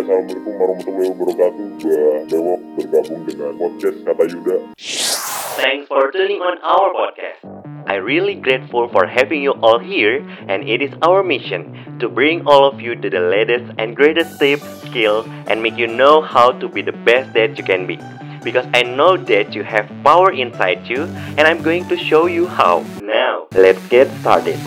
Assalamualaikum warahmatullahi wabarakatuh. Gua Bewok bergabung dengan podcast Kata Yuda. Thanks for tuning on our podcast. I'm really grateful for having you all here, and it is our mission to bring all of you to the latest and greatest tips, skills, and make you know how to be the best that you can be. Because I know that you have power inside you, and I'm going to show you how. Now, let's get started.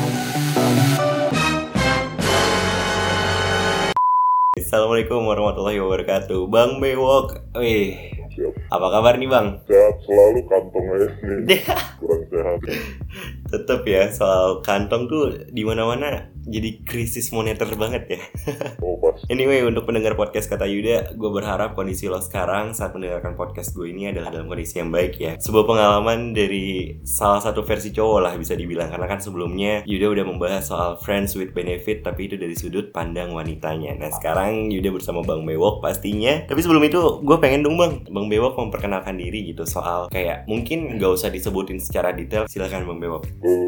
Assalamualaikum warahmatullahi wabarakatuh. Bang Bewok. Wih, Siap. apa kabar nih Bang? Sehat selalu, kantongnya nih kurang sehat. Tetep ya, soal kantong tuh di mana-mana jadi krisis moneter banget ya. Oh pas. Anyway, untuk pendengar podcast Kata Yuda, gue berharap kondisi lo sekarang saat mendengarkan podcast gue ini adalah dalam kondisi yang baik ya. Sebuah pengalaman dari salah satu versi cowok lah bisa dibilang. Karena kan sebelumnya Yuda udah membahas soal friends with benefit, tapi itu dari sudut pandang wanitanya. Nah sekarang Yuda bersama Bang Bewok pastinya. Tapi sebelum itu gue pengen dong Bang Bewok memperkenalkan diri gitu. Soal kayak mungkin gak usah disebutin secara detail. Silakan Bang Bewok.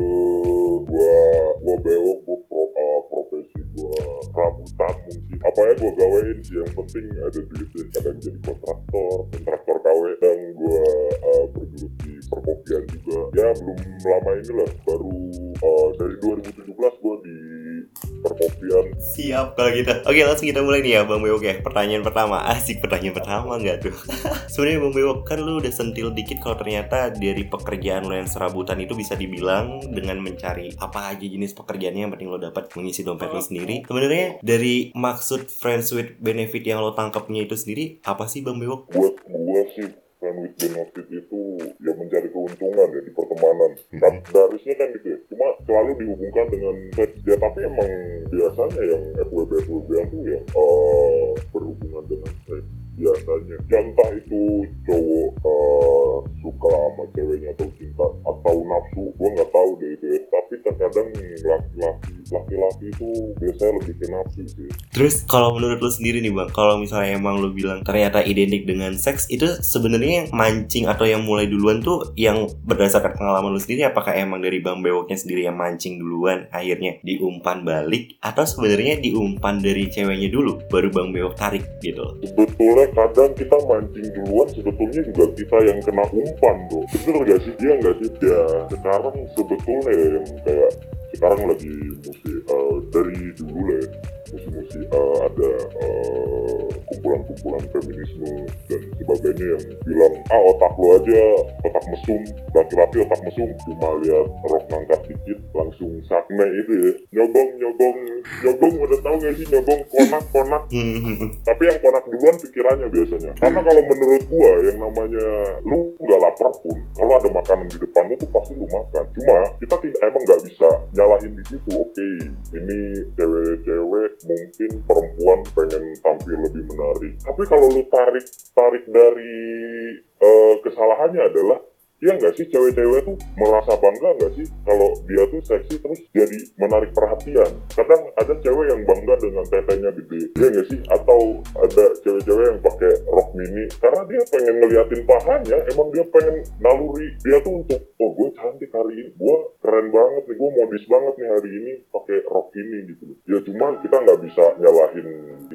Gua Bewok, profesi gua rambutan mungkin. Apa ya gua gawein sih, yang penting ada duitnya. Kadang jadi kontraktor KW. Dan gua bergelut di perkopian juga. Ya belum lama ini lah, baru dari 2017 gua di perkopian. Siap kalau gitu. Oke, langsung kita mulai nih ya Bang Bewok ya. Pertanyaan pertama. Asik, pertanyaan pertama gak tuh? Sebenarnya Bang Bewok, kan lu udah sentil dikit kalau ternyata dari pekerjaan lu yang serabutan itu bisa dibilang dengan mencari apa aja jenis pekerjaannya yang penting lo dapat mengisi dompet lo sendiri. Sebenarnya dari maksud friends with benefit yang lo tangkapnya itu sendiri apa sih Bang Bewok? Buat gua sih friend with benefit itu ya mencari keuntungan ya di pertemanan. Garisnya kan gitu ya, cuma selalu dihubungkan dengan seks ya, tapi emang biasanya yang FWB itu yang berhubungan dengan seks biasanya. Ya entah itu cowok suka sama ceweknya atau cinta atau nafsu, gua nggak tahu deh itu ya. Tapi terkadang laki-laki itu biasanya lebih ke nafsu sih. Terus kalau menurut lo sendiri nih Bang, kalau misalnya emang lo bilang ternyata identik dengan seks, itu sebenarnya yang mancing atau yang mulai duluan tuh yang berdasarkan pengalaman lo sendiri, apakah emang dari Bang Bewoknya sendiri yang mancing duluan akhirnya diumpan balik, atau sebenarnya diumpan dari ceweknya dulu baru Bang Bewok tarik gitu? Sebetulnya kadang kita mancing duluan, sebetulnya juga kita yang kena umpan bro. Bener gak sih? Dia gak sih? Ya sekarang sebetulnya yang kayak sekarang lagi dari dulu lah ya, musim ada kumpulan-kumpulan feminisme dan sebagainya yang bilang otak lo aja otak mesum, laki-laki otak mesum, cuma lihat rok ngangkat dikit langsung sakme itu ya, nyogong udah tau gak sih nyogong konak tapi yang konak duluan pikirannya biasanya. Karena kalau menurut gua yang namanya lu nggak lapar pun kalau ada makanan di depan lu tuh pasti lu makan, cuma kita emang nggak bisa nyalahin di situ. Oke, ini cewek mungkin perempuan pengen tampil lebih menarik, tapi kalau lu tarik dari kesalahannya adalah iya nggak sih cewek-cewek tuh merasa bangga nggak sih kalau dia tuh seksi terus jadi menarik perhatian. Kadang ada cewek yang bangga dengan tetenya gede, iya nggak sih? Atau ada cewek-cewek yang pakai rok mini karena dia pengen ngeliatin pahanya, emang dia pengen naluri dia tuh untuk gue cantik hari ini, gue keren banget nih, gue modis banget nih hari ini pakai rok ini gitu. Ya cuman kita nggak bisa nyalahin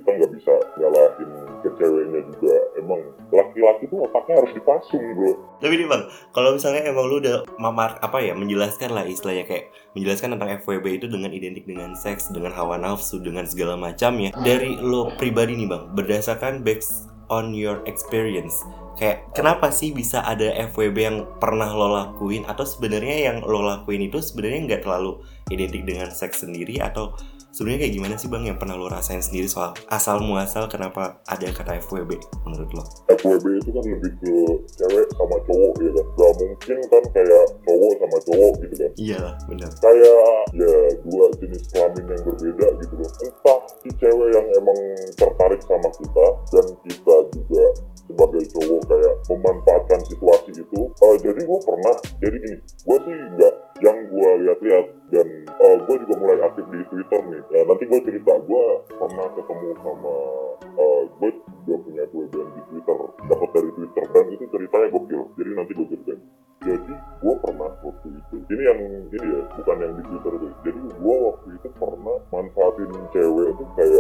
ke ceweknya juga. Emang laki-laki tuh otaknya harus dipasung bro. Tapi nih Bang, kalau misalnya emang lu udah menjelaskan lah istilahnya, kayak menjelaskan tentang FWB itu dengan identik dengan seks, dengan hawa nafsu, dengan segala macamnya. Dari lo pribadi nih Bang, berdasarkan based on your experience, kayak kenapa sih bisa ada FWB yang pernah lo lakuin, atau sebenarnya yang lo lakuin itu sebenarnya nggak terlalu identik dengan seks sendiri, atau sebenarnya kayak gimana sih Bang yang pernah lo rasain sendiri soal asal muasal kenapa ada kata FWB menurut lo? FWB itu kan lebih ke cewek sama cowok ya kan, gak mungkin kan kayak cowok sama cowok gitu kan. Iyalah, benar. Kayak ya dua jenis kelamin yang berbeda gitu loh. Entah si cewek yang emang tertarik sama kita dan kita juga sebagai cowok kayak memanfaatkan situasi itu. Jadi gue pernah, jadi gini, gue sih nggak yang gue lihat-lihat dan gue juga mulai aktif di Twitter nih. Ya, nanti gue cerita, gue pernah ketemu sama gue juga punya FWB di Twitter, dapat dari Twitter dan itu ceritanya gokil. Jadi nanti gue ceritain. Jadi gue pernah waktu itu, ini ya, bukan yang di Twitter tuh. Jadi gue waktu itu pernah manfaatin cewek itu kayak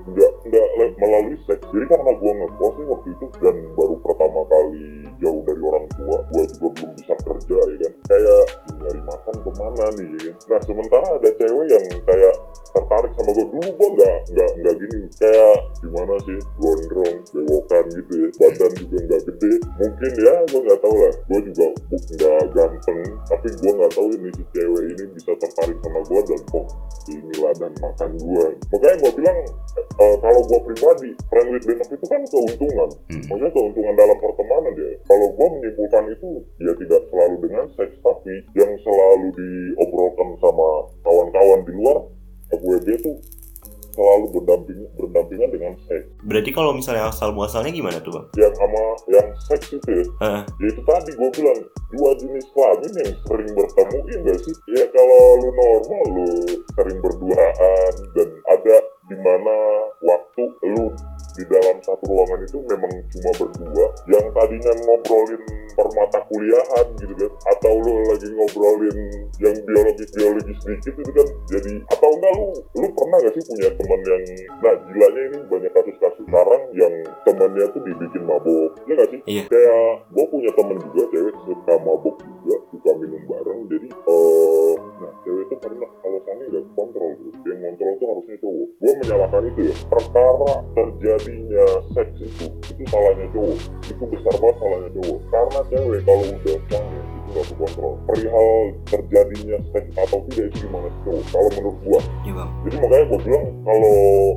nggak melalui seks. Jadi karena gue ngekos nih waktu itu dan baru pertama kali jauh dari orang tua, gue juga belum bisa kerja ya kan, kayak nyari makan kemana nih ya kan. Nah sementara ada cewek yang kayak tertarik sama gue. Dulu gue nggak gini, kayak gimana sih, gondrong, bewokan gitu ya, badan juga nggak gede, mungkin ya gue nggak tahu lah, gue juga nggak ganteng, tapi gue nggak tahu ini si cewek ini bisa tertarik sama gue dan kok inilah dan makan gue. Makanya gue bilang kalau gue pribadi, friend with benefit itu kan keuntungan, maksudnya keuntungan dalam pertemanan ya. Kalau gue menyimpulkan itu ya tidak selalu dengan seks, tapi yang selalu diobrolkan sama kawan-kawan di luar FWB itu selalu berdampingan dengan seks. Berarti kalau misalnya asal muasalnya gimana tuh bang? Yang sama yang seks itu ya, ya itu tadi gue bilang dua jenis kelamin yang sering bertemu, iya gak sih? Ya kalau lu normal lu sering berduaan dan ada dimana waktu lu di dalam satu ruangan itu memang cuma berdua, yang tadinya ngobrolin permata kuliahan gitu kan, atau lu lagi ngobrolin yang biologis sedikit itu kan, jadi atau enggak lu pernah gak sih punya teman yang, nah gilanya ini banyak kasus-kasus sekarang yang temannya tuh dibikin mabok, ya gak sih? Iya. Kayak gue punya temen juga cewek suka mabok juga, suka minum bareng, jadi nah cewek itu pernah kalau sana gak kontrol tuh, yang kontrol tuh harusnya cowok. Gue menyalahkan itu ya, perkara terjadinya seks itu salahnya cowok, itu besar banget salahnya cowok, karena cewek kalau udah sange itu gak kontrol. Perihal terjadinya seks atau tidak itu gimana cowok, kalau menurut gue. Iya bang. Jadi makanya gue bilang kalau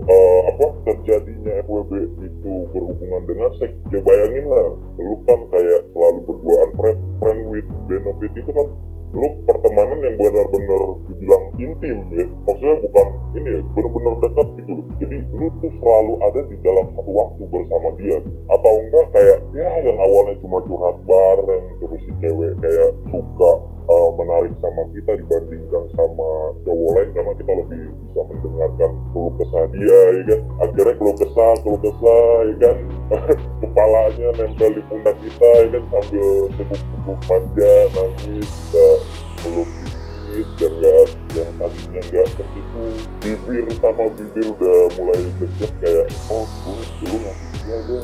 terjadinya FWB itu berhubungan dengan seks, ya bayangin lah, lu kan kayak selalu berduaan, friend with benefit itu kan lu pertemanan yang benar-benar dibilang intim ya, maksudnya bukan ini ya, benar-benar dekat gitu loh. Jadi lu tuh selalu ada di dalam satu waktu bersama dia, atau enggak kayak ya yang awalnya cuma curhat bareng, terus si cewek kayak suka menarik sama kita dibandingkan sama cowok lain karena kita lebih bisa mendengarkan keluh kesah dia ya kan, akhirnya keluh kesah ya kan kepalanya nempel di pundak kita ya kan, sambil tepuk manja, nangis, kita peluk dikit dan yang tadinya nggak tertipu, bibir sama bibir udah mulai deket kayak dulu ngasih dia deh,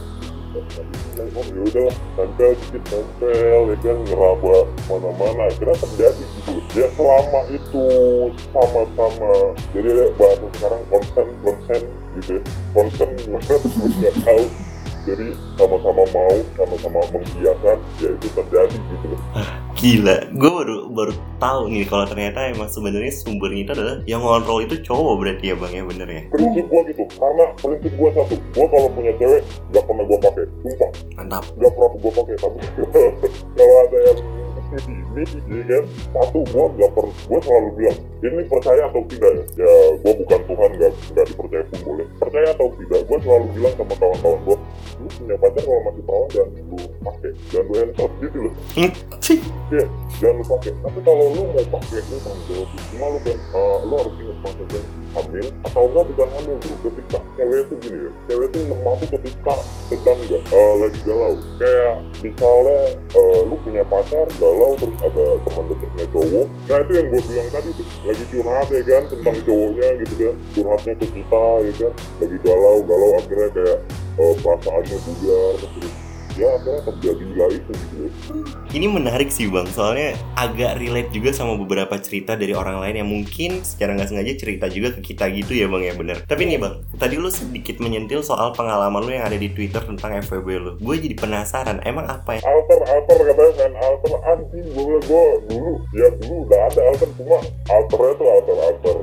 yaudah nempel ya kan, ngeraba mana-mana, akhirnya terjadi gitu ya. Selama itu sama-sama, jadi bahasa sekarang konsen gitu ya, konsen nggak tahu, jadi sama-sama mau, sama-sama mengiyakan, ya itu terjadi gitu loh. Gila, gue baru tahu nih kalau ternyata emang sebenarnya sumbernya itu adalah yang ngontrol itu cowok berarti ya bang ya, bener ya? Prinsip gue gitu, karena prinsip gue satu, gue kalau punya cewek gak pernah gue pakai, sumpah. Mantap. Gak pernah gue pakai, tapi kalau ada yang ini, ya kan, satu gue selalu bilang, ini percaya atau tidak ya gue bukan Tuhan, gak dipercaya pun boleh, percaya atau tidak, gue selalu bilang sama kawan-kawan gue, lu punya pacar kalau masih perawan jangan lu pakai, jangan lu handsome gitu loh. Ya, jangan lu pakai. Tapi kalau lu mau pakai, lu tanggung jawab. Cuma lu kan, lu harus ingat maksudnya hamil atau enggak, bukan hamil bro. Ketika cewek itu gini ya, cewek itu lemah tuh ketika sedang lagi galau. Kayak misalnya lu punya pacar galau, terus ada teman dekatnya cowok. Nah itu yang gue bilang tadi tuh, lagi curhat ya kan tentang cowoknya gitu kan, curhatnya ke kita ya kan, lagi galau akhirnya kayak perasaannya buyar, terus ya akhirnya terjadilah itu gitu. Ini menarik sih bang, soalnya agak relate juga sama beberapa cerita dari orang lain yang mungkin secara nggak sengaja cerita juga ke kita gitu ya bang ya, bener. Tapi nih bang, tadi lu sedikit menyentil soal pengalaman lu yang ada di Twitter tentang FWB lu. Gue jadi penasaran, emang apa ya? Alter katanya main alter, anjing gue dulu udah ada alter, cuma alternya tuh alter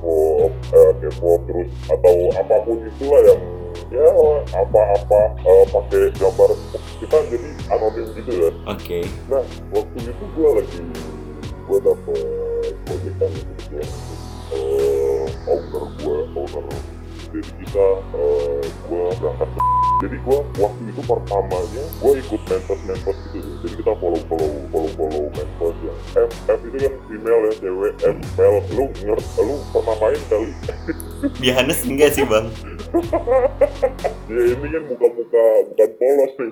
K-pop terus atau apapun itulah yang ya apa pakai gambar kita jadi anonim gitu ya. Oke. Nah waktu itu gue dapet proyekan gitu ya, owner jadi kita gue berangkat ke jadi gue waktu itu pertamanya gue ikut mentos gitu ya. Jadi kita follow mentos yang F itu kan female ya, cewek, male. Lu pernah main kali? Bihanes enggak sih bang? Ya ini kan muka-muka bukan polos nih.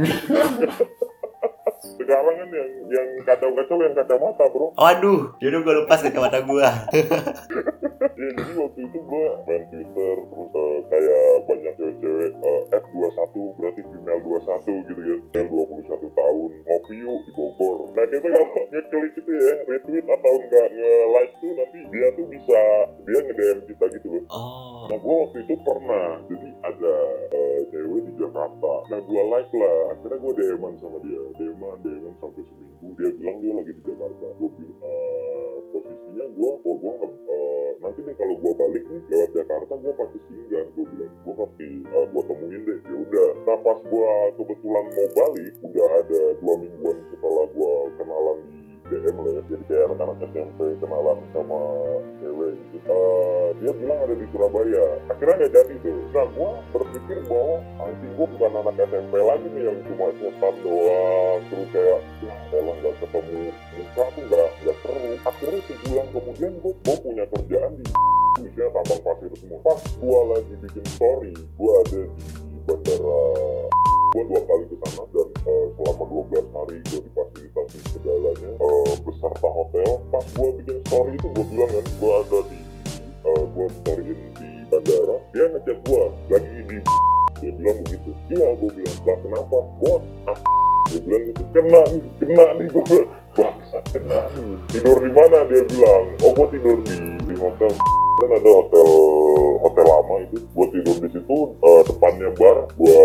Sekarang kan yang kacau yang kacamata bro. Waduh, jodoh gue lepas kacamata gue. Ya jadi waktu itu gue main Twitter terus kayak banyak cewek-cewek F21 berarti female 21 gitu ya, yang 21 tahun ngopi yuk di Bogor. Nah kita kalau ngeklik itu ya retweet atau enggak nge-like tuh nanti dia tuh bisa dia nge-DM kita gitu loh. Nah gue waktu itu pernah jadi ada cewek di Jakarta. Nah gue like lah, akhirnya gue DM-an sama dia, DM-an sampai seminggu. Dia bilang dia lagi di Jakarta. Gue bilang posisinya gue nanti nih kalau gue balik nih lewat Jakarta gue pasti singgah. Gue bilang gue pasti gue temuin deh. Ya udah. Nah pas gue kebetulan mau balik, udah ada 2 mingguan setelah gue kenalan di DM lah ya, jadi kayak anak-anak SMP kenalan sama cewek gitu. Dia bilang ada di Surabaya. Akhirnya nggak jadi tuh. Nah gue berpikir bahwa anjing gue bukan anak SMP lagi nih yang cuma nyetan doang terus kayak ya elah nggak ketemu muka tuh nggak seru. Akhirnya sebulan kemudian gue punya kerjaan di misalnya tambang pasir semua. Pas gue lagi bikin story, gue ada di bandara. Gue 2 kali ke sana dan selama 12 hari gue difasilitasi segalanya beserta hotel. Pas gue bikin story itu gue bilang kan gue ada di gue storyin di bandara. Dia ngechat gue lagi di dia bilang begitu. Iya gue bilang lah kenapa bos? Dia bilang gitu kena nih gue bilang bangsat kena nih. Tidur di mana? Dia bilang oh gue tidur di hotel. Kan ada hotel lama itu, gue tidur di situ, depannya bar, gue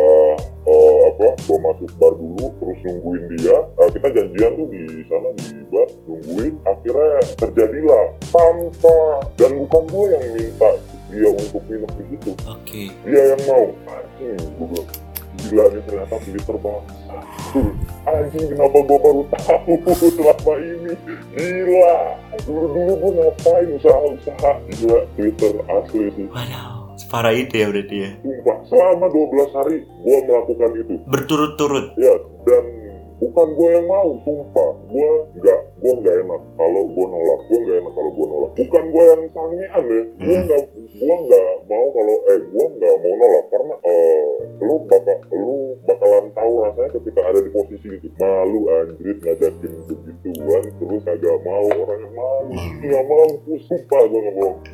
masuk bar dulu, terus nungguin dia. Kita janjian tuh di sana di bar, nungguin. Akhirnya terjadilah tanpa dan bukan gue yang minta dia untuk minum di situ. Dia yang mau. Anjing, gue bilang gila nih ternyata Twitter banget. Anjing kenapa gue baru tahu selama ini. Gila. Dulu gue ngapain usaha-usaha. Gila Twitter asli sih. Waduh, separah itu ya berarti ya. Sumpah, selama 12 hari gue melakukan itu. Berturut-turut. Ya, dan bukan gue yang mau, sumpah. Gue nggak enak kalau gue nolak. Bukan gue yang sangean ya. Gue nggak mau kalau gue nggak mau nolak karena lu bakalan tahu rasanya ketika ada di posisi itu. Malu anjrit ngajakin begituan terus agak mau orangnya malu. Nggak mampu, sumpah gue nggak bohong.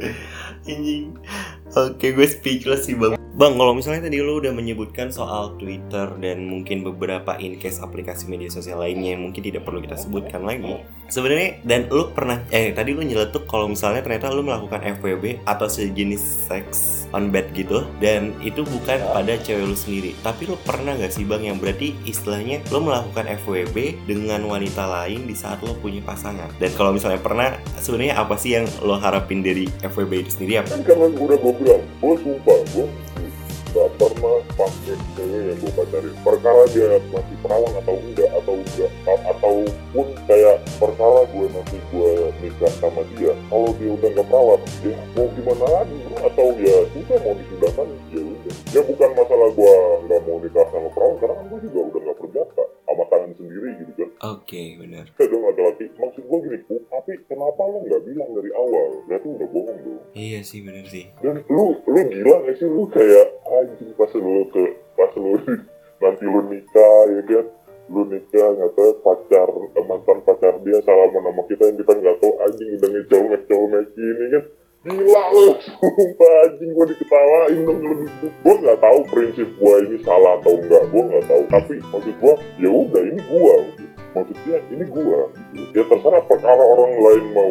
Oke, gue speechless sih bang. Bang, kalau misalnya tadi lo udah menyebutkan soal Twitter dan mungkin beberapa in case aplikasi media sosial lainnya yang mungkin tidak perlu kita sebutkan lagi. Sebenarnya dan lo pernah tadi lo nyeletuk kalau misalnya ternyata lo melakukan FWB atau sejenis seks on bed gitu dan itu bukan pada cewek lo sendiri. Tapi lo pernah gak sih bang yang berarti istilahnya lo melakukan FWB dengan wanita lain di saat lo punya pasangan? Dan kalau misalnya pernah, sebenarnya apa sih yang lo harapin dari FWB itu sendiri apa? Kan karena udah gue bilang, gue sumpah gue gak pernah pakai cewek yang gue pacarin. Perkara dia masih perawan atau enggak ataupun kayak perkara gue nikah sama dia, kalau dia udah gak perawan ya mau gimana lagi, atau ya sudah mau disudahkan ya udah. Ya bukan masalah gue gak mau nikah sama perawan, karena kan gue juga udah gak berjaka sama tangan sendiri gitu kan. Oke, benar. Dong laki-laki, maksud gue gini, tapi kenapa lo gak bilang dari awal? Berarti udah bohong dong. Iya sih, benar sih. Dan lu gila gak sih, lu kayak anjing pas lu nanti lu nikah ya kan, lu nikah nggak tahu mantan pacar dia salaman sama kita yang kita nggak tahu, anjing udah ngecol ini kan. Gila lu, sumpah anjing gue diketawain dong lebih. Gue nggak tahu prinsip gue ini salah atau enggak, gue nggak tahu. Tapi maksud gue, ya udah ini gue. Maksudnya ini gue. Ya terserah perkara orang lain mau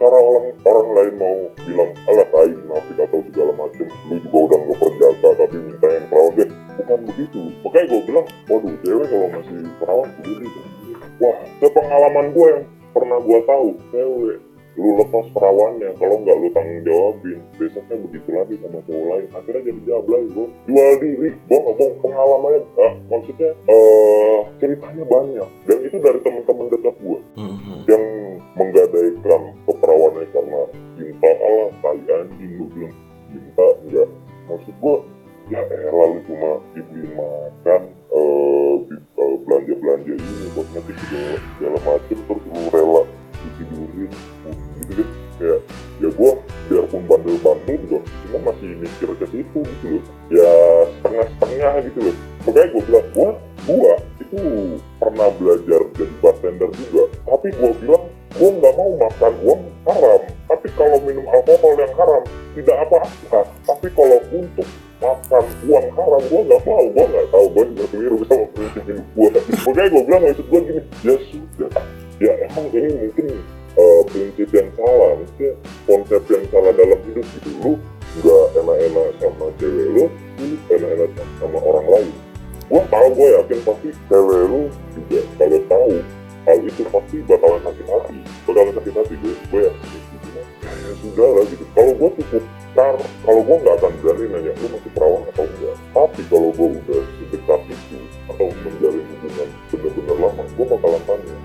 bilang alah tai munafik atau segala macem. Lu juga udah nggak berjasa tapi minta yang perawan deh. Bukan begitu. Makanya gue bilang, waduh cewek kalau masih perawan begitu. Wah, sepengalaman gue yang pernah gue tahu, cewek lu lepas perawannya, kalau nggak lu tanggung jawabin, besoknya begitu lagi sama cowok lain, akhirnya jadi jablay bro, jual diri. Gue ngomong pengalamannya, maksudnya ceritanya banyak, dan itu dari teman-teman dekat gue yang menggadaikan keperawannya karena cinta. Allah tai anjing, lu bilang cinta enggak, maksud gue ya lalu cuma dibeli makan, belanja ini buat ngetik segala macem, terus lu rela ditidurin gitu kan. Kayak ya gue biarpun bandel juga cuma masih mikir ke situ gitu loh, ya setengah gitu loh. Makanya gue bilang gue itu pernah belajar jadi bartender juga, tapi gue bilang gue nggak mau makan uang haram, tapi kalau minum alkohol yang haram tidak apa-apa, tapi kalau untuk makan uang haram gue nggak mau, gue nggak tahu, gue juga keliru sama prinsip hidup gue. Makanya gue bilang maksud gue gini, ya sudah, ya emang ini mungkin prinsip yang salah, mungkin konsep yang salah dalam hidup gitu. Lu nggak enak-enak sama cewek lu enak-enak sama orang lain. Gue tahu, gue yakin pasti cewek lu juga kalau tahu hal itu pasti bakalan sakit hati, gue yakin gitu. Ya sudah lah gitu, kalau gue cukup kalau gue nggak akan berani nanya lu masih perawan atau enggak. Tapi kalau gue udah sedekat itu atau menjalin hubungan bener-bener lama, gue bakalan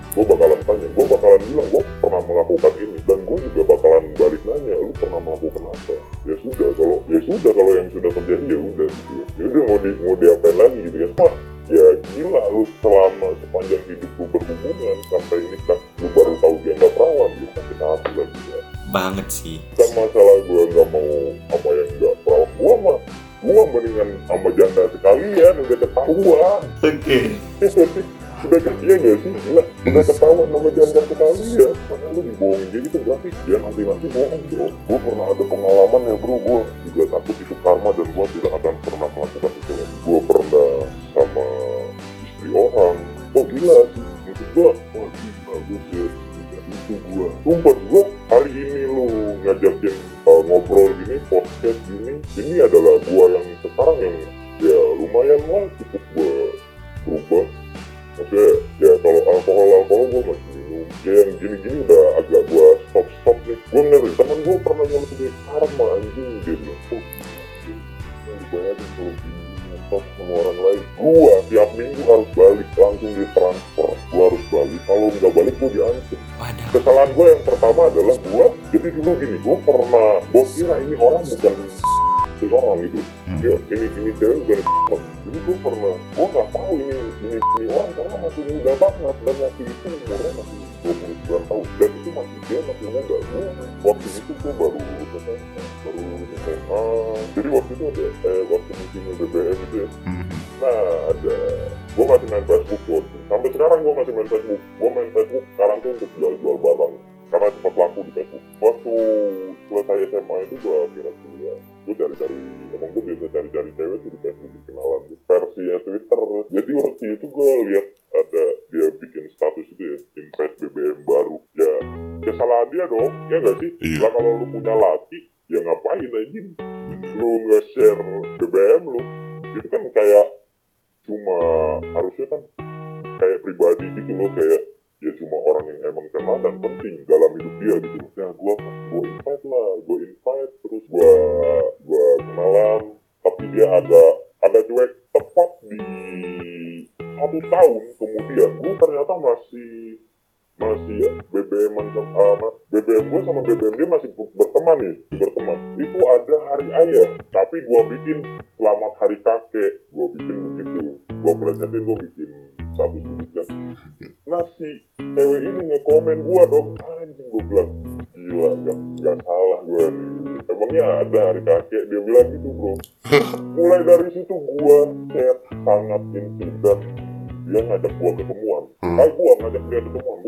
bilang gue pernah melakukan ini, dan gue juga bakalan balik nanya lu pernah melakukan apa. Ya sudah kalau yang sudah terjadi ya udah gitu ya udah mau diapain lagi gitu kan. Wah, ya gila, lu selama sepanjang hidup lu berhubungan sampai nikah lu baru tahu dia nggak perawan, dia sakit hati lagi ya. Banget sih. Kan masalah gue nggak mau sama yang nggak perawan, gue mendingan sama janda sekalian udah ketahuan. Oke. Udah iya gak sih? Gila, udah ketahuan sama janda sekalian. Mana lu dibohongin gitu berarti dia nanti bohong bro. Gue pernah ada pengalaman ya bro, gue juga takut itu karma dan gue tidak akan pernah melakukan itu lagi. Gue pernah sama istri orang. Oh gila sih, maksud gue, wah gila gue sih. Itu gue sumpah, gue hari ini lu ngajakin ngobrol gini, podcast gini, ini adalah gue yang sekarang yang ya lumayan lah cukup gue berubah. Maksudnya ya kalau alkohol gue masih minum, ya yang gini-gini udah agak gue stop nih. Gue ngeri, temen gue pernah nyelesain karma anjing, dia bilang oh yang dibayangin kalau gini stop sama orang lain. Gue tiap minggu harus balik, langsung ditransfer, gue harus balik, kalau nggak balik gue diancam. Kesalahan gue yang pertama adalah jadi dulu gini, gue kira ini orang bukan seorang gitu, ya ini cewek bukan jadi gue nggak tahu ini orang karena masih muda banget, dan waktu itu umurnya masih 29 tahun, dan itu dia masih muda. Waktu itu gue baru lulus SMA, jadi waktu itu ada waktu musimnya BBM itu ya. Nah ada, gue masih main Facebook tuh, sampai sekarang gue masih main Facebook. Sekarang tuh untuk jual barang karena cepat laku di Facebook. Waktu selesai SMA itu gue kira-kira gue emang gue biasa cari cewek tuh di Facebook, di kenalan versinya Twitter. Jadi waktu itu gue lihat ada dia bikin status itu ya, invite BBM baru. Ya kesalahan dia dong, ya gak sih? Lah kalau lu punya laki, ya ngapain aja lu nge-share BBM lu? Itu kan kayak cuma harusnya kan kayak pribadi gitu loh, kayak ya cuma orang yang emang kenal dan penting dalam hidup dia gitu. Ya gue invite terus gue kenalan, tapi dia ada cuek. Tepat di 1 tahun kemudian gue ternyata masih BBM gue sama BBM dia masih berteman. Itu ada hari ayah, tapi gue bikin selamat hari kakek, gue bikin begitu, gue bikin satu tulisan. Nah si cewek ini nge-komen gue dong, anjing, gue bilang gila, gak salah gue nih, emangnya ada hari kakek, dia bilang gitu bro. Mulai dari situ gue sangat insiden. Dia ngajak gue ketemuan, gue yang ngajak dia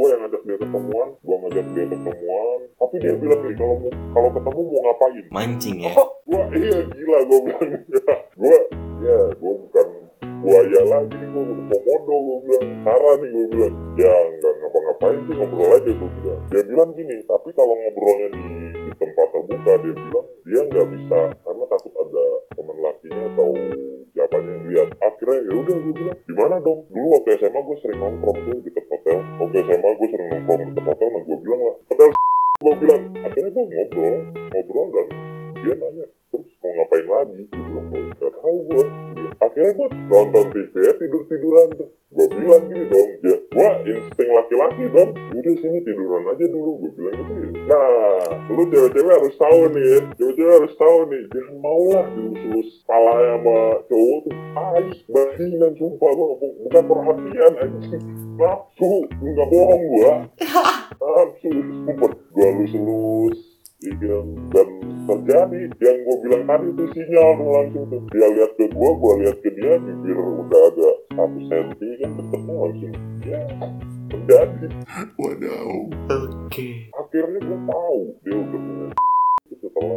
ketemuan, tapi dia bilang nih kalau ketemu mau ngapain? Mancing ya? Iya gila, gue bilang gue bukan buaya lagi nih, gue komodo, gue bilang Sarah nih, gue bilang ya nggak ngapa-ngapain sih, ngobrol aja, gue bilang. Dia bilang gini, tapi kalau ngobrolnya di tempat terbuka, dia bilang dia nggak bisa karena takut ada teman lakinya atau siapanya yang lihat. Akhirnya ya udah, gue bilang gimana dong, dulu waktu SMA gue sering nongkrong tuh di dekat hotel, nah gue bilang lah hotel, gue bilang akhirnya gue ngobrol dan dia nanya terus mau ngapain lagi, gue bilang nggak tahu gue. Akhirnya gue nonton TV ya, tiduran tuh. Gue bilang gini dong, ya gue insting laki-laki dong, udah sini tiduran aja dulu, gue bilang gitu ya. Nah lu cewek-cewek harus tahu nih, jangan maulah dilus-lus kepala sama cowok tuh. Bajingan sumpah, gue bukan perhatian anjing, nafsu, nggak bohong gue. Nafsu, sumpah gue lus-lus. Dan terjadi yang gue bilang tadi itu sinyal tuh langsung tuh, dia lihat ke gue lihat ke dia, bibir udah agak 1 senti kan, deketnya langsung ya terjadi. Wadaw. Oke. Akhirnya gue tahu dia udah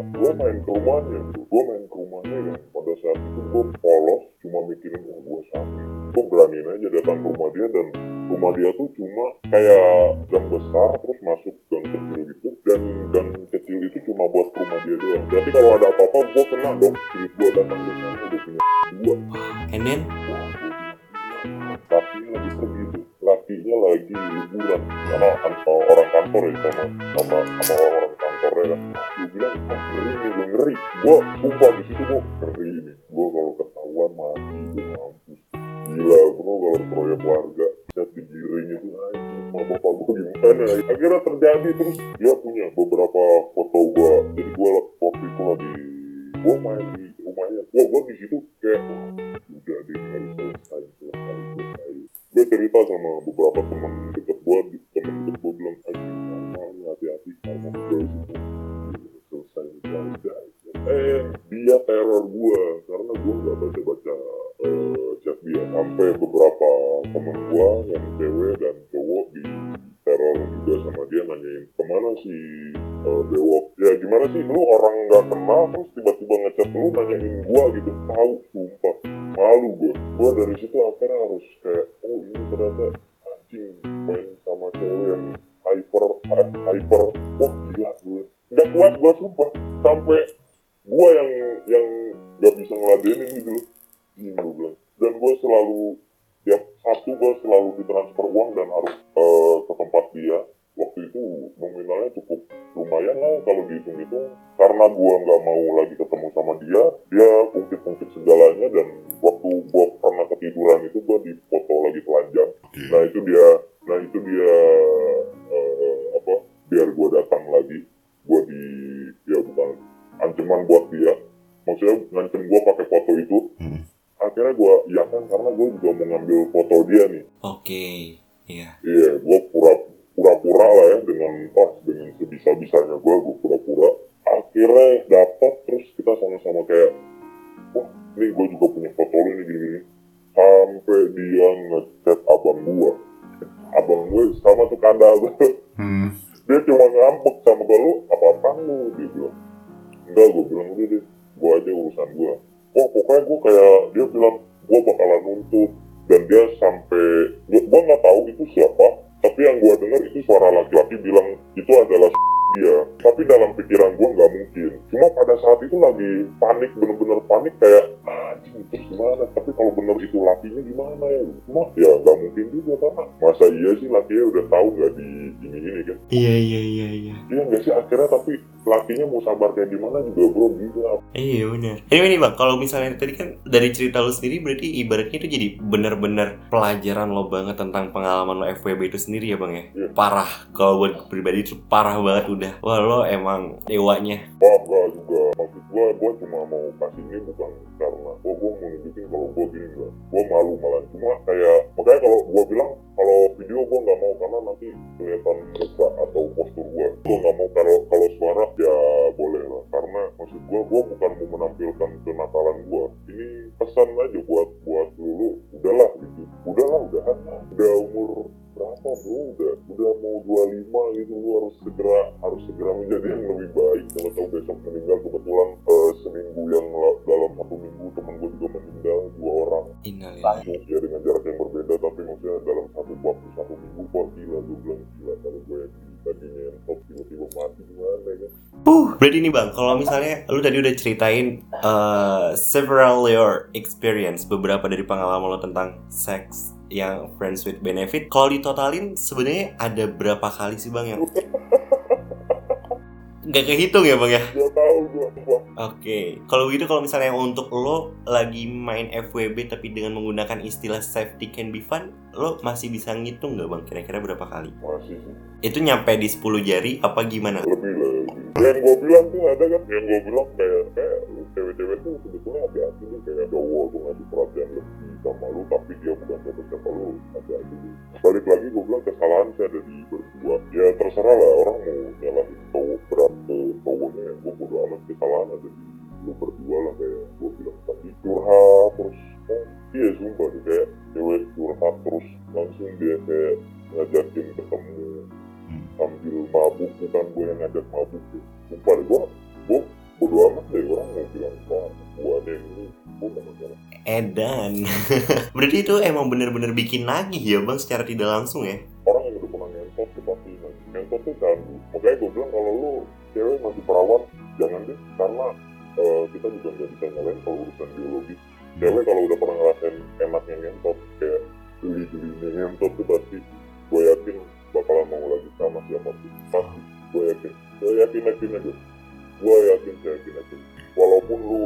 gue main ke rumahnya bro, gue main ke rumahnya kan. Pada saat itu gue polos, cuma mikirin gue sakit. Gue beraniin aja datang ke rumah dia, dan rumah dia tuh cuma kayak gang besar terus masuk gang kecil gitu, dan gang kecil itu cuma buat rumah dia doang. Berarti kalau ada apa-apa gue kena dong. Duit gue datang ke sana udah punya dua. And then Lakinya lagi pergi tuh, lakinya lagi liburan karena orang kantor ya, sama orang-orang kantornya kan. Gue bilang ngeri nih, gue ngeri. Gue sumpah di situ gue ngeri nih. Gue kalau ketahuan mati, gue mampus. Gila bro, kalau proyek warga bisa digiring itu, sama bapak gue gimana. Akhirnya terjadi, terus dia punya beberapa foto gue. Jadi gue waktu itu lagi gue main di rumahnya. Gue di situ kayak udah deh, harus selesai. Gue cerita sama beberapa temen deket gue bilang aja hati-hati kamu udah selesai guys. Dia teror gue karena gue nggak baca chat dia. Sampai beberapa temen gue yang cewek dan cowok di teror juga sama dia, nanyain kemana si Bewok. Ya gimana sih, lu orang nggak kenal terus tiba-tiba ngechat lu nanyain gue gitu. Tahu, sumpah malu gue dari situ akhirnya harus kayak, oh ini ternyata anjing main sama cewek yang hyper, wah gila gue nggak kuat gue sumpah, sampai gue yang nggak bisa ngeladenin gitu ini gue bilang. Dan gue selalu tiap Sabtu gue selalu ditransfer uang dan harus ke tempat dia. Waktu itu nominalnya cukup lumayan lah kalau dihitung-hitung, karena gue nggak mau lagi ketemu sama dia ungkit-ungkit segalanya. Dan waktu gue pernah ketiduran itu gue dipoto lagi telanjang. Nah itu dia biar gue datang lagi, gue bukan ancaman buat dia, maksudnya ngancem gue pakai foto itu. Akhirnya gue iakan karena gue juga mau ngambil foto dia nih. Iya, gue pura-pura lah ya, dengan sebisa-bisanya gue pura-pura. Akhirnya dapat, terus kita sama-sama kayak, wah nih gue juga punya foto lu nih gini-gini. Sampai dia ngechat abang gue sama tuh kadal. Dia cuma ngambek sama gue, lu apa-apaan lu, dia bilang. Enggak, gue bilang udah deh, gue aja urusan gue. Wah pokoknya gue kayak, dia bilang gue bakalan nuntut. Dan dia sampai, gue nggak tahu itu siapa, tapi yang gue dengar itu suara laki-laki bilang itu adalah dia. Tapi dalam pikiran gue nggak mungkin. Cuma pada saat itu lagi panik, bener-bener panik kayak anjing terus gimana. Tapi kalau bener itu lakinya gimana ya? Cuma ya nggak mungkin juga, karena masa iya sih lakinya udah tahu nggak di ini kan? Iya. Iya nggak sih akhirnya, tapi lakinya mau sabar kayak gimana juga bro, gila. Iya benar. Anyway nih bang, kalau misalnya tadi kan dari cerita lu sendiri, berarti ibaratnya itu jadi benar-benar pelajaran lo banget tentang pengalaman lo FWB itu sendiri ya bang ya. Iya. Parah, kalau buat pribadi itu parah banget udah. Wah lo emang dewanya. Enggak juga, maksud gue cuma mau kasih ini bukan karena gue mau nunjukin kalau gue gini, enggak. Gue malu malah, cuma kayak makanya kalau gue bilang kalau video gue nggak mau karena nanti kelihatan muka atau postur gue nggak mau. Kalau suara ya boleh lah, karena maksud gue bukan mau menampilkan kenakalan gue. Ini pesan aja buat lu, udahlah gitu, udahan lah. Udah umur berapa bro, udah mau 25 gitu, lu harus segera menjadi yang lebih baik. Kalau tahu besok meninggal, kebetulan seminggu yang dalam 1 minggu temen gue juga meninggal 2 orang. Langsung ya dengan jarak yang berbeda, tapi maksudnya dalam waktu 1 minggu. Kok gila, gue bilang gila kalau gue yang tadinya yang top tiba-tiba mati gimana ya. Berarti nih bang, kalau misalnya lu tadi udah ceritain several your experience, beberapa dari pengalaman lo tentang seks yang friends with benefit, kalau ditotalin sebenarnya ada berapa kali sih bang yang nggak kehitung ya bang ya? Gak tahu gue. Oke, kalau begitu kalau misalnya untuk lo lagi main FWB tapi dengan menggunakan istilah safety can be fun, lo masih bisa ngitung nggak bang kira-kira berapa kali? Masih sih. Itu nyampe di 10 jari apa gimana? Lebih lah. Yang gue bilang tuh ada kan, yang gue bilang kayak lu cewek-cewek tuh sebetulnya hati-hati nih, kayak cowok tuh ngasih perhatian lebih sama lu tapi dia bukan siapa-siapa, lu hati-hati nih. Balik lagi gue bilang kesalahan saya ada di berdua. Ya terserah lah orang mau nyalahin cowoknya, gue bodo amat, kesalahan ada di lu berdua lah. Kayak gue bilang tadi curhat terus, iya sumpah deh, kayak cewek curhat terus langsung dia kayak ngajakin ketemu sambil mabuk, bukan gue yang ngajak mabuk sih. Sumpah deh, gue bodo amat deh orang mau bilang gua ada yang ini, gua gak masalah. Edan. Berarti itu emang bener-bener bikin nagih ya bang secara tidak langsung ya? Orang yang udah pernah ngentot tuh pasti nagih. Ngentot tuh candu. Makanya gue bilang kalau lu cewek masih perawan, jangan deh, karena kita juga nggak bisa nyalain kalau urusan biologis. Cewek kalau udah pernah ngerasain enaknya ngentot, kayak geli-gelinya ngentot tuh pasti gue yakin bakalan mau lagi sama siapapun. Pasti, gue yakin aja. Gue yakin. Walaupun lu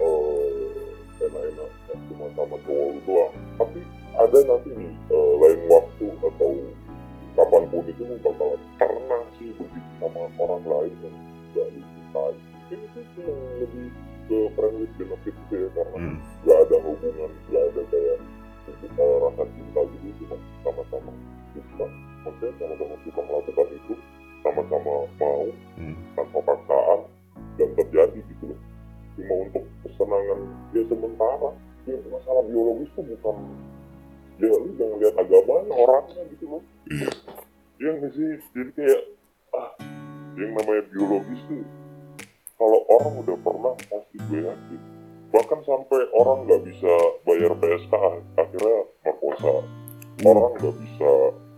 enak-enak cuma sama cowok lu doang, tapi ada nanti nih lain waktu atau kapanpun itu lu bakalan pernah sih begitu sama orang lain yang gak lu sukai. Ini sih yang lebih ke friend with benefit gitu ya, karena gak ada hubungan, gak ada kayak rasa cinta gitu, cuma sama-sama suka. Maksudnya sama-sama suka melakukan itu, sama-sama mau tanpa paksaan dan terjadi gitu loh. Cuma untuk kesenangan ya sementara. Ya masalah biologis tuh bukan, ya lu jangan lihat agamanya orangnya gitu loh. Iya nggak sih? Jadi kayak yang namanya biologis tuh kalau orang udah pernah pasti gue yakin. Bahkan sampai orang nggak bisa bayar PSK akhirnya merkosa. Orang nggak bisa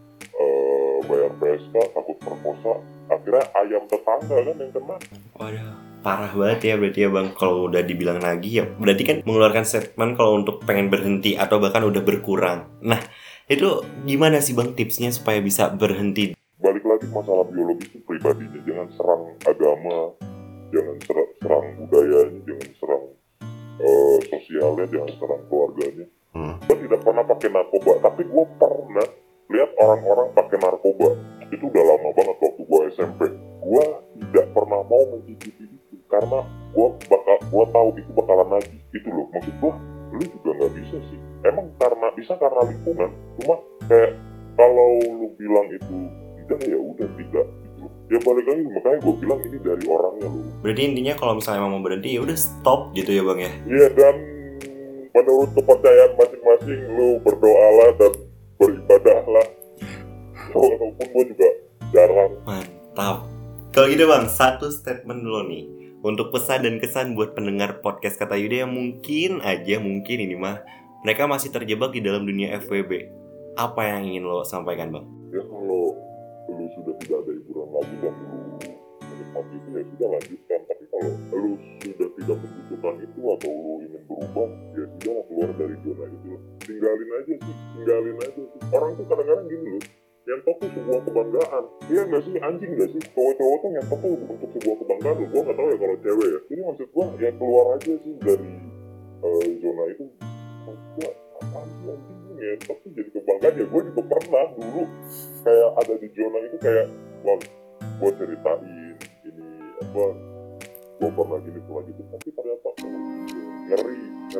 bayar PSK takut merkosa, akhirnya ayam tetangga kan yang kena. Waduh, parah banget ya berarti ya bang. Kalau udah dibilang nagih ya berarti kan mengeluarkan statement kalau untuk pengen berhenti atau bahkan udah berkurang. Nah itu gimana sih bang tipsnya supaya bisa berhenti? Balik lagi masalah biologis itu pribadinya, jangan serang agama, jangan serang budayanya, jangan serang sosialnya, jangan serang keluarganya. Gue tidak pernah pakai narkoba, tapi gue pernah lihat orang-orang pakai narkoba. Itu udah lama banget waktu gue SMP. Gue tidak pernah mau mencicipi itu karena gue tahu itu bakalan nagih. Itu loh, maksud gue, lu juga nggak bisa sih. Emang karena lingkungan, cuma kayak kalau lu bilang itu tidak, ya udah tidak. Gitu. Ya balik lagi, makanya gue bilang ini dari orangnya lu. Berarti intinya kalau misalnya mau berhenti ya udah stop gitu ya bang ya? Iya, dan menurut kepercayaan masing-masing lu berdoalah dan beribadahlah. Walaupun gue juga jarang. Mantap. Kalau gitu bang, satu statement dulu nih untuk pesan dan kesan buat pendengar podcast Kata Yuda yang mungkin ini mah mereka masih terjebak di dalam dunia FWB. Apa yang ingin lo sampaikan bang? Ya kalau lu sudah tidak ada hiburan lagi dan lu menikmati itu ya sudah lanjutkan. Tapi kalau lu sudah tidak membutuhkan itu atau lu ingin berubah, ya sudah keluar dari zona itu. Tinggalin aja sih. Orang tuh kadang-kadang gini loh, nyentok tuh sebuah kebanggaan. Iya nggak sih, anjing nggak sih? Cowok-cowok tuh nyentok tuh untuk sebuah kebanggaan loh. Gue nggak tahu ya kalau cewek ya. Jadi maksud gue ya keluar aja sih dari zona itu. Maksud gue apaan sih anjing, gue nyentok tuh jadi kebanggaan. Ya gue juga pernah dulu kayak ada di zona itu kayak, wah gue ceritain ini apa, gue pernah gini gitu. Tapi ternyata ngeri.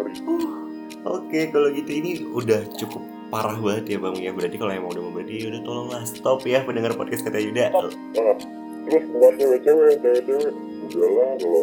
Oke, kalau gitu ini udah cukup parah banget ya bang ya. Berarti kalau emang udah mau berhenti udah tolonglah stop ya pendengar podcast Kata Yuda. Terus buat cewek-cewek udahlah kalau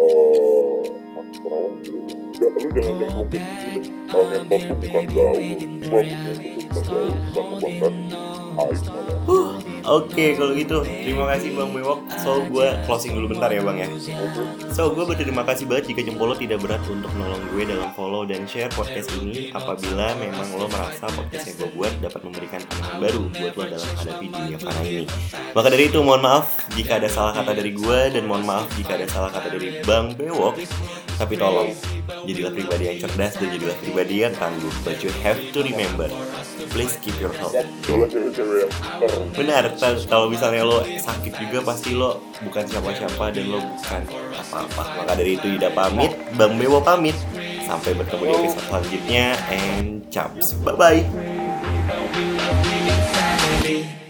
masih perawan gitu. Lu jangan mungkin kalau ngentot tuh bukan gaul, cuma ngentot tuh bukan gaul, bukan kebanggaan, aib malah. Oke, kalau gitu terima kasih Bang Bewok. So gue closing dulu bentar ya Bang ya. So gue berterima kasih banget jika jempol lo tidak berat untuk nolong gue dalam follow dan share podcast ini apabila memang lo merasa podcast yang gue buat dapat memberikan pandangan baru buat lo dalam menghadapi dunia fana ini. Maka dari itu mohon maaf jika ada salah kata dari gue dan mohon maaf jika ada salah kata dari Bang Bewok. Tapi tolong, jadilah pribadi yang cerdas dan jadilah pribadi yang tangguh. But you have to remember, please keep your health. Benar, kalau misalnya lo sakit juga pasti lo bukan siapa-siapa dan lo bukan apa-apa. Maka dari itu Yuda pamit, Bang Bewo pamit. Sampai bertemu di episode selanjutnya and chaps. Bye-bye.